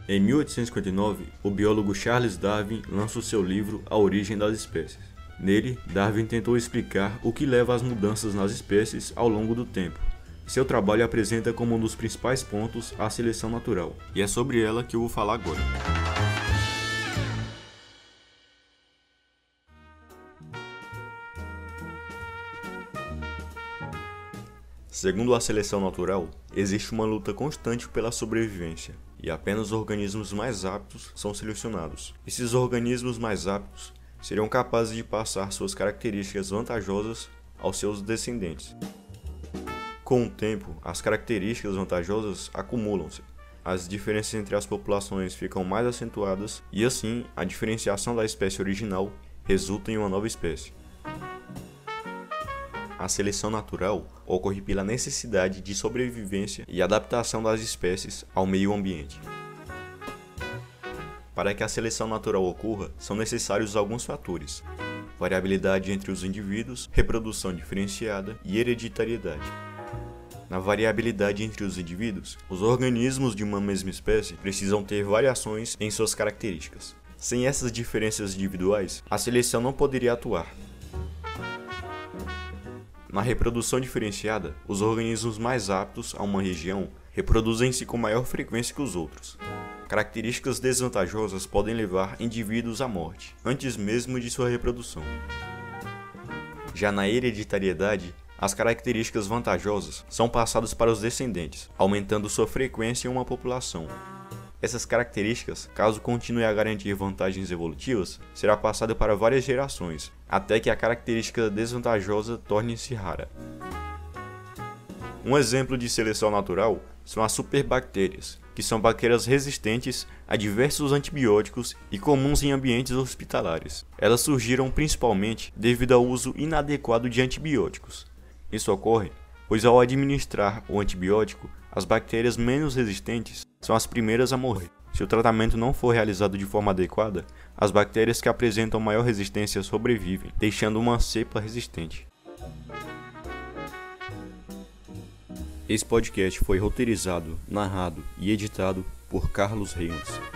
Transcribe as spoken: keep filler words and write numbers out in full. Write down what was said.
Em mil oitocentos e cinquenta e nove, o biólogo Charles Darwin lança o seu livro A Origem das Espécies. Nele, Darwin tentou explicar o que leva às mudanças nas espécies ao longo do tempo. Seu trabalho apresenta como um dos principais pontos a seleção natural, e é sobre ela que eu vou falar agora. Segundo a seleção natural, existe uma luta constante pela sobrevivência, e apenas os organismos mais aptos são selecionados. Esses organismos mais aptos seriam capazes de passar suas características vantajosas aos seus descendentes. Com o tempo, as características vantajosas acumulam-se, as diferenças entre as populações ficam mais acentuadas e assim a diferenciação da espécie original resulta em uma nova espécie. A seleção natural ocorre pela necessidade de sobrevivência e adaptação das espécies ao meio ambiente. Para que a seleção natural ocorra, são necessários alguns fatores: variabilidade entre os indivíduos, reprodução diferenciada e hereditariedade. Na variabilidade entre os indivíduos, os organismos de uma mesma espécie precisam ter variações em suas características. Sem essas diferenças individuais, a seleção não poderia atuar. Na reprodução diferenciada, os organismos mais aptos a uma região reproduzem-se com maior frequência que os outros. Características desvantajosas podem levar indivíduos à morte, antes mesmo de sua reprodução. Já na hereditariedade, as características vantajosas são passadas para os descendentes, aumentando sua frequência em uma população. Essas características, caso continue a garantir vantagens evolutivas, será passada para várias gerações, até que a característica desvantajosa torne-se rara. Um exemplo de seleção natural são as superbactérias, que são bactérias resistentes a diversos antibióticos e comuns em ambientes hospitalares. Elas surgiram principalmente devido ao uso inadequado de antibióticos. Isso ocorre pois ao administrar o antibiótico, as bactérias menos resistentes são as primeiras a morrer. Se o tratamento não for realizado de forma adequada, as bactérias que apresentam maior resistência sobrevivem, deixando uma cepa resistente. Esse podcast foi roteirizado, narrado e editado por Carlos Reis.